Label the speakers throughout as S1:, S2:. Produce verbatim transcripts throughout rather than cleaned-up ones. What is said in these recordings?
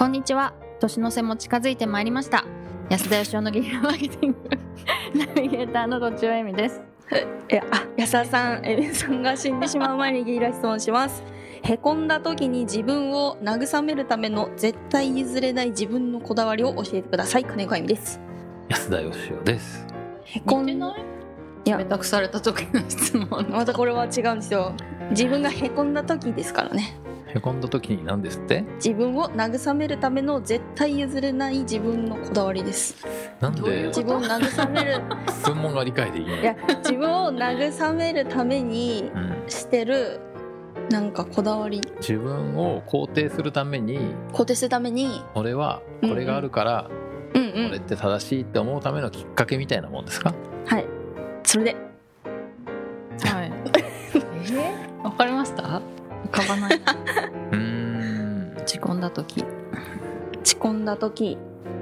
S1: こんにちは。年の瀬も近づいてまいりました。安田義雄のゲリラマーケティングナビゲーターのどっちおえみです。
S2: いやあ安田さん、エミさんが死んでしまう前にゲリラ質問します。へこんだ時に自分を慰めるための絶対譲れない自分のこだわりを教えてください。金子あゆみです。
S3: 安田義雄です。
S2: へこん
S1: 似てない？いや、託された時の質問。
S2: またこれは違うんですよ。自分がへこんだ時ですからね。
S3: へこんだ時に何ですって？
S2: 自分を慰めるための絶対譲れない自分のこだわりです。
S3: なんで
S2: 自分を慰める
S3: 質問が理解できない。
S2: いや自分を慰めるためにしてる、うん、なんかこだわり、
S3: 自分を肯定するために
S2: 肯定するために
S3: 俺はこれがあるから、
S2: うんうん、
S3: 俺って正しいって思うためのきっかけみたいなもんですか？
S2: はい、それで
S1: はいえー、わかりました？浮かばないな
S3: うーん
S1: 落ち込んだ時
S2: 落ち込んだ時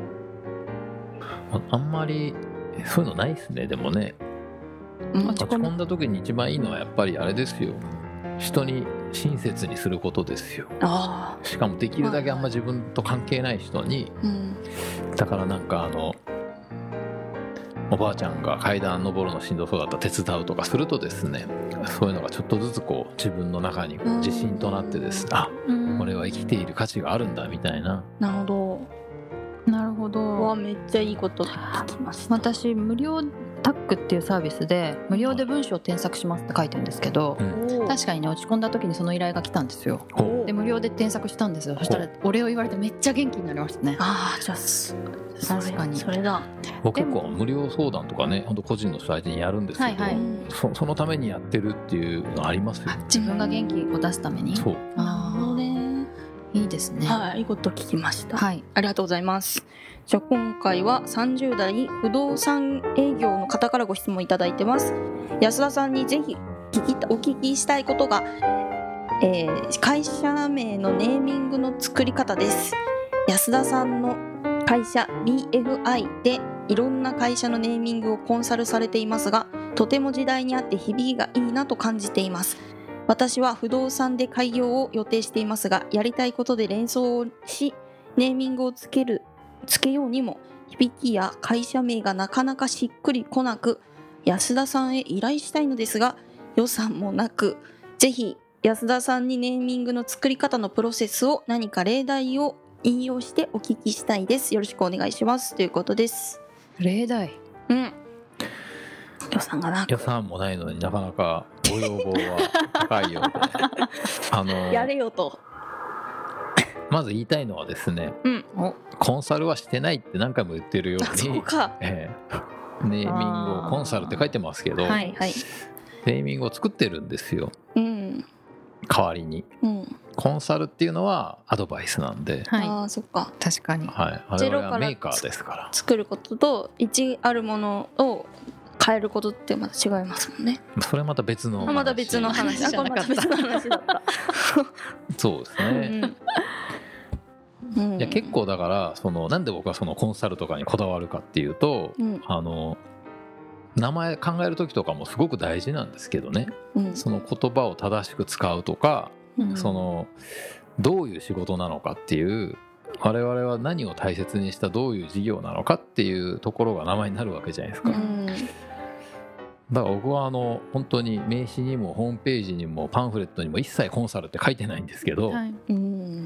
S3: あんまりそういうのないですね。でもね、落ち込んだ時に一番いいのはやっぱりあれですよ、人に親切にすることですよ。
S2: あ
S3: しかもできるだけあんま自分と関係ない人に、
S2: うん、
S3: だからなんかあのおばあちゃんが階段登るのしんどそうだったら手伝うとかするとですね、そういうのがちょっとずつこう自分の中にこう自信となってです、あ、俺は生きている価値があるんだみたいな。
S2: なるほ
S1: どなるほど。
S2: わ、めっちゃいいこと聞きました。
S1: 私無料タックっていうサービスで無料で文章を添削しますって書いてるんですけど、うん、確かにね落ち込んだ時にその依頼が来たんですよ。で無料で添削したんですよ。そしたらお礼を言われてめっちゃ元気になりましたね。
S2: ああ、じゃあ
S1: 確かに
S2: それだ。
S3: 僕結構無料相談とかね、本当個人の人相手にやるんですけど、はいはい、そ, そのためにやってるっていうのありますよ。
S1: 自分が元気を出すために。
S3: そう。
S2: なるほどね。
S1: いいですね。
S2: はい、いいこと聞きました。
S1: はい、
S2: ありがとうございます。じゃあ今回はさんじゅう代不動産営業の方からご質問いただいてます。安田さんにぜひ聞きお聞きしたいことが、えー、会社名のネーミングの作り方です。安田さんの会社 ビーエフアイ でいろんな会社のネーミングをコンサルされていますが、とても時代に合って響きがいいなと感じています。私は不動産で開業を予定していますが、やりたいことで連想をしネーミングをつけるつけようにも響きや会社名がなかなかしっくりこなく、安田さんへ依頼したいのですが予算もなく、ぜひ安田さんにネーミングの作り方のプロセスを何か例題を引用してお聞きしたいです。よろしくお願いしますということです。
S1: 例題、
S2: うん、予算がなく、
S3: 予算もないのになかなかご要望は高いようであの
S2: やれよと。
S3: まず言いたいのはですね、
S2: うん、
S3: コンサルはしてないって何回も言ってるように、
S2: そうか、
S3: えー、ネーミングをコンサルって書いてますけど、
S2: はいはい、
S3: ネーミングを作ってるんですよ、
S2: うん、
S3: 代わりに、うん、コンサルっていうのはアドバイスなんで、
S2: はい、あ、そっか、
S1: 確かに、
S3: はい、我々はメーカーですから、
S2: 作ることと一あるものを変えることってまた違いますもんね。
S3: それはまた別の話。
S2: また別の話じゃなかった。別の話だった
S3: そうですね、うんうん、いや結構だからそのなんで僕はそのコンサルとかにこだわるかっていうと、うん、あの名前考える時とかもすごく大事なんですけどね、うん、その言葉を正しく使うとか、うん、そのどういう仕事なのかっていう、我々は何を大切にしたどういう事業なのかっていうところが名前になるわけじゃないですか、うん、だから僕はあの本当に名刺にもホームページにもパンフレットにも一切コンサルって書いてないんですけど、はい、うん、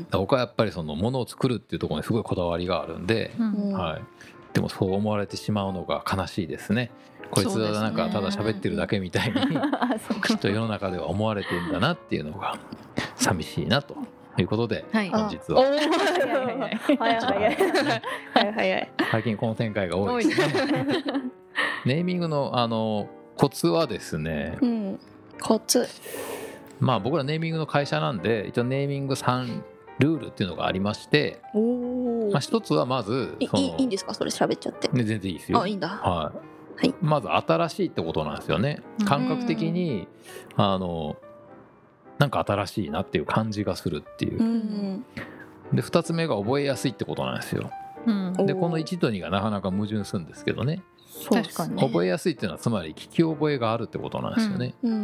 S3: 僕はやっぱりそのものを作るっていうところにすごいこだわりがあるんで、うん、はい、でもそう思われてしまうのが悲しいですね。こいつはなんかただ喋ってるだけみたいにきっと世の中では思われてるんだなっていうのが寂しいなとということで、はい、本日は最近この展開が多いですねネーミングのあのコツはですね、
S2: うん、コツ、
S3: まあ僕らネーミングの会社なんで一応ネーミングさんルールっていうのがありまして、まあ、一つはまず
S2: い い, いいんですかそれ喋っちゃって、
S3: ね、全然いいですよ。
S2: あ、いいんだ、
S3: はいはい、まず新しいってことなんですよね。感覚的にあのなんか新しいなっていう感じがするっていう、うん、でふたつめが覚えやすいってことなんですよ、うん、でこのいちとにがなかなか矛盾するんですけどね。
S2: 確かにね、
S3: 覚えやすいっていうのはつまり聞き覚えがあるってことなんですよね、
S2: うんうん、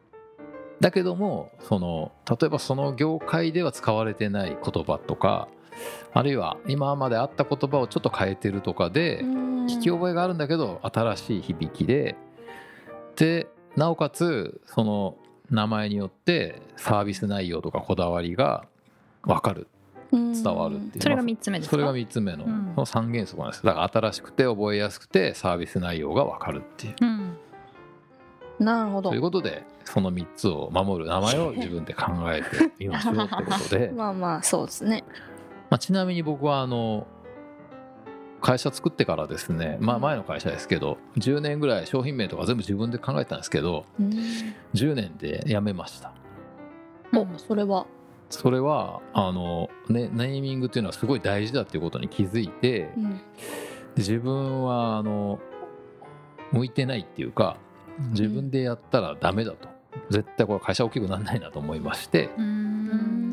S3: だけどもその例えばその業界では使われてない言葉とかあるいは今まであった言葉をちょっと変えてるとかで聞き覚えがあるんだけど新しい響きで、でなおかつその名前によってサービス内容とかこだわりが分かる、伝わるっていう、
S1: それがみっつめですか？
S3: それがみっつめの、うん、そのさん原則なんです。だから新しくて覚えやすくてサービス内容が分かるっていう、うん、
S2: なるほど。
S3: ということでそのみっつを守る名前を自分で考えてみましょうってことで
S2: まあまあそうですね、
S3: まあ、ちなみに僕はあの会社作ってからですね、まあ、前の会社ですけどじゅうねんぐらい商品名とか全部自分で考えたんですけど、うん、じゅうねんで辞めました。
S2: お、それは
S3: それはあの、ね、ネーミングっていうのはすごい大事だっていうことに気づいて、うん、自分はあの向いてないっていうか自分でやったらダメだと、うん、絶対これ会社大きくならないなと思いまして、うん、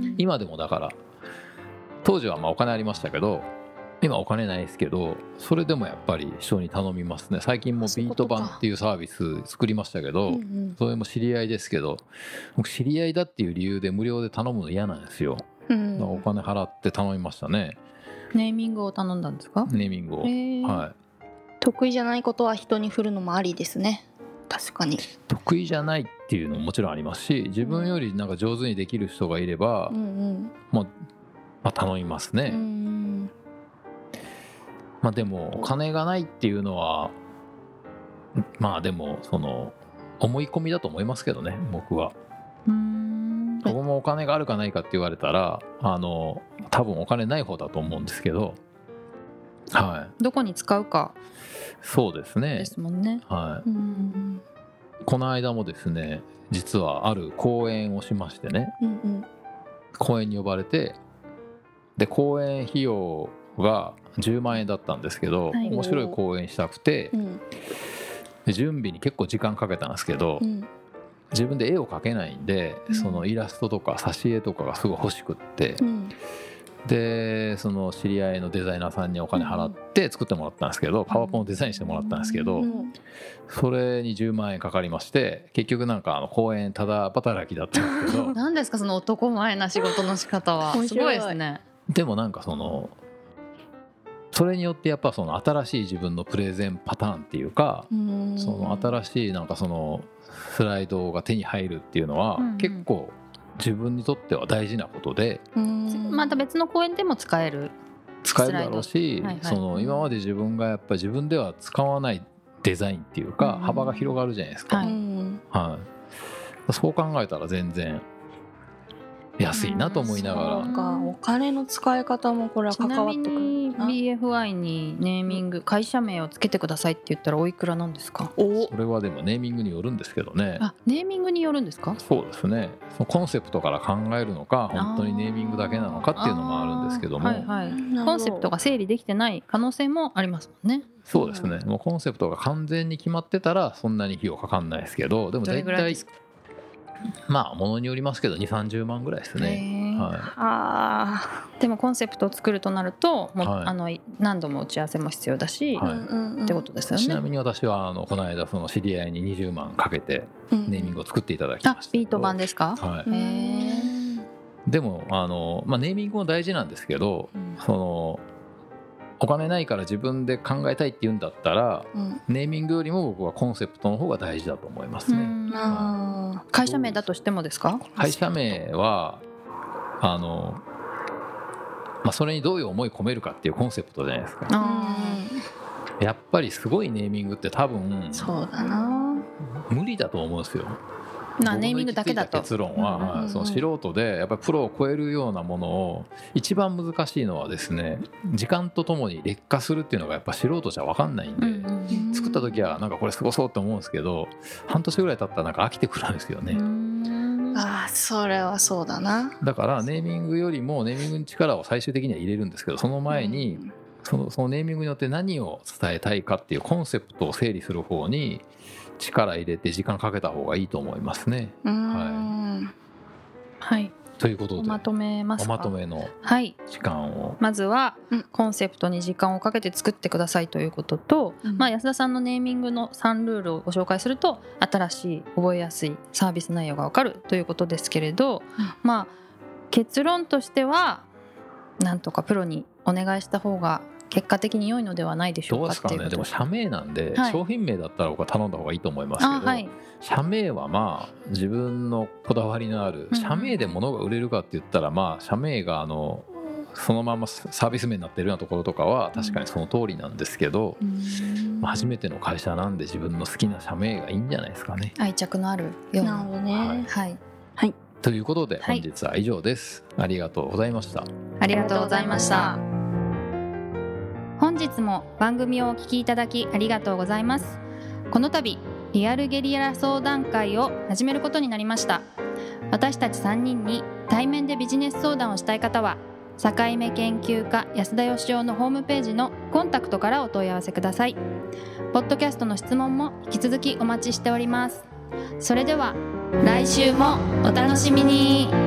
S3: 今でもだから当時はまあお金ありましたけど今お金ないですけどそれでもやっぱり人に頼みますね。最近もビート版っていうサービス作りましたけど、うんうん、それも知り合いですけど僕知り合いだっていう理由で無料で頼むの嫌なんですよ、うん、だからお金払って頼みましたね。
S1: ネーミングを頼んだんですか？
S3: ネーミングを、はい、
S2: 得意じゃないことは人に振るのもありですね。確かに
S3: 得意じゃないっていうのももちろんありますし自分よりなんか上手にできる人がいれば、うんうんまあ、まあ頼みますね、うんまあ、でもお金がないっていうのはまあでもその思い込みだと思いますけどね僕は。うーん僕もお金があるかないかって言われたらあの多分お金ない方だと思うんですけど、
S1: はい、どこに使うか
S3: そうですね
S1: ですもんね、
S3: はい、うんこの間もですね実はある講演をしましてね、うんうん、講演に呼ばれてで講演費用がじゅうまんえんだったんですけど、はい、面白い講演したくて、うん、で準備に結構時間かけたんですけど、うん、自分で絵を描けないんで、うん、そのイラストとか挿絵とかがすごい欲しくって、うん、でその知り合いのデザイナーさんにお金払って作ってもらったんですけど、うん、パワポンをデザインしてもらったんですけど、うん、それにじゅうまんえんかかりまして結局なんかあの講演ただ働きだったんですけど
S1: 何ですかその男前な仕事の仕方はすごいですね。
S3: でもなんかそのそれによってやっぱその新しい自分のプレゼンパターンっていうかその新しいなんかそのスライドが手に入るっていうのは結構自分にとっては大事なことで、
S1: また別の講演でも使える
S3: 使えるだろうし、はいはい、その今まで自分がやっぱり自分では使わないデザインっていうか幅が広がるじゃないですか、はいはい、そう考えたら全然安いなと思いながら、
S2: なんかお金の使い方もこれは関わってくる。ちなみに
S1: ビーエフアイ にネーミング会社名をつけてくださいって言ったらおいくらなんですか？
S3: おそれはでもネーミングによるんですけどね。
S1: あ、ネーミングによるんですか？
S3: そうですね。そのコンセプトから考えるのか本当にネーミングだけなのかっていうのもあるんですけども、はいはい、
S1: コンセプトが整理できてない可能性もありますもんね。
S3: そうですね、もうコンセプトが完全に決まってたらそんなに費用かかんないですけど、でも大体まあものによりますけどにじゅう、さんじゅうまんぐらいですね、はい、
S1: あでもコンセプトを作るとなるともう、はい、あの何度も打ち合わせも必要だし、はい、ってことですよね。
S3: ちなみに私はあのこの間その知り合いににじゅうまんかけてネーミングを作っていただきました、うん、
S1: あビート版ですか？
S3: はい、へでもあの、まあ、ネーミングも大事なんですけど、うん、そのお金ないから自分で考えたいって言うんだったら、うん、ネーミングよりも僕はコンセプトの方が大事だと思いますね。
S1: あ会社名だとしてもですか？
S3: 会社名はあの、まあ、それにどういう思い込めるかっていうコンセプトじゃないですか。あやっぱりすごいネーミングって多分
S2: そうだな
S3: 無理だと思うんですよ。
S1: なネーミングだけだと
S3: 結論は、うんうんうん、その素人でやっぱりプロを超えるようなものを一番難しいのはですね時間とともに劣化するっていうのがやっぱ素人じゃ分かんないんで、うんうん、作った時はなんかこれすごそうって思うんですけど半年ぐらい経ったらなんか飽きてくるんですよね。
S2: ああそれはそうだな。
S3: だからネーミングよりもネーミングに力を最終的には入れるんですけどその前に、うん、その、そのネーミングによって何を伝えたいかっていうコンセプトを整理する方に力入れて時間かけた方がいいと思いますね。はい、
S1: はい、
S3: ということで
S1: おまとめますか？
S3: おまとめの時間を、
S1: はい、まずはコンセプトに時間をかけて作ってくださいということと、うんまあ、安田さんのネーミングのさんルールをご紹介すると新しい覚えやすいサービス内容が分かるということですけれど、うん、まあ結論としてはなんとかプロにお願いした方が結果的に良いのではないでしょうか。
S3: どうですかね。でも社名なんで、
S1: はい、
S3: 商品名だったら僕は頼んだ方がいいと思いますけど、はい、社名はまあ自分のこだわりのある、社名で物が売れるかって言ったら、まあ社名があのそのままサービス名になってるようなところとかは確かにその通りなんですけど、まあ、初めての会社なんで自分の好きな社名がいいんじゃないですかね。
S1: 愛着のあるような。
S2: なるほどね。はい、
S1: はい
S2: はい、
S3: ということで本日は以上です、はい、ありがとうございました。
S1: ありがとうございました。本日も番組をお聞きいただきありがとうございます。この度リアルゲリラ相談会を始めることになりました。私たちさんにんに対面でビジネス相談をしたい方は境目研究家安田義雄のホームページのコンタクトからお問い合わせください。ポッドキャストの質問も引き続きお待ちしております。それでは来週もお楽しみに。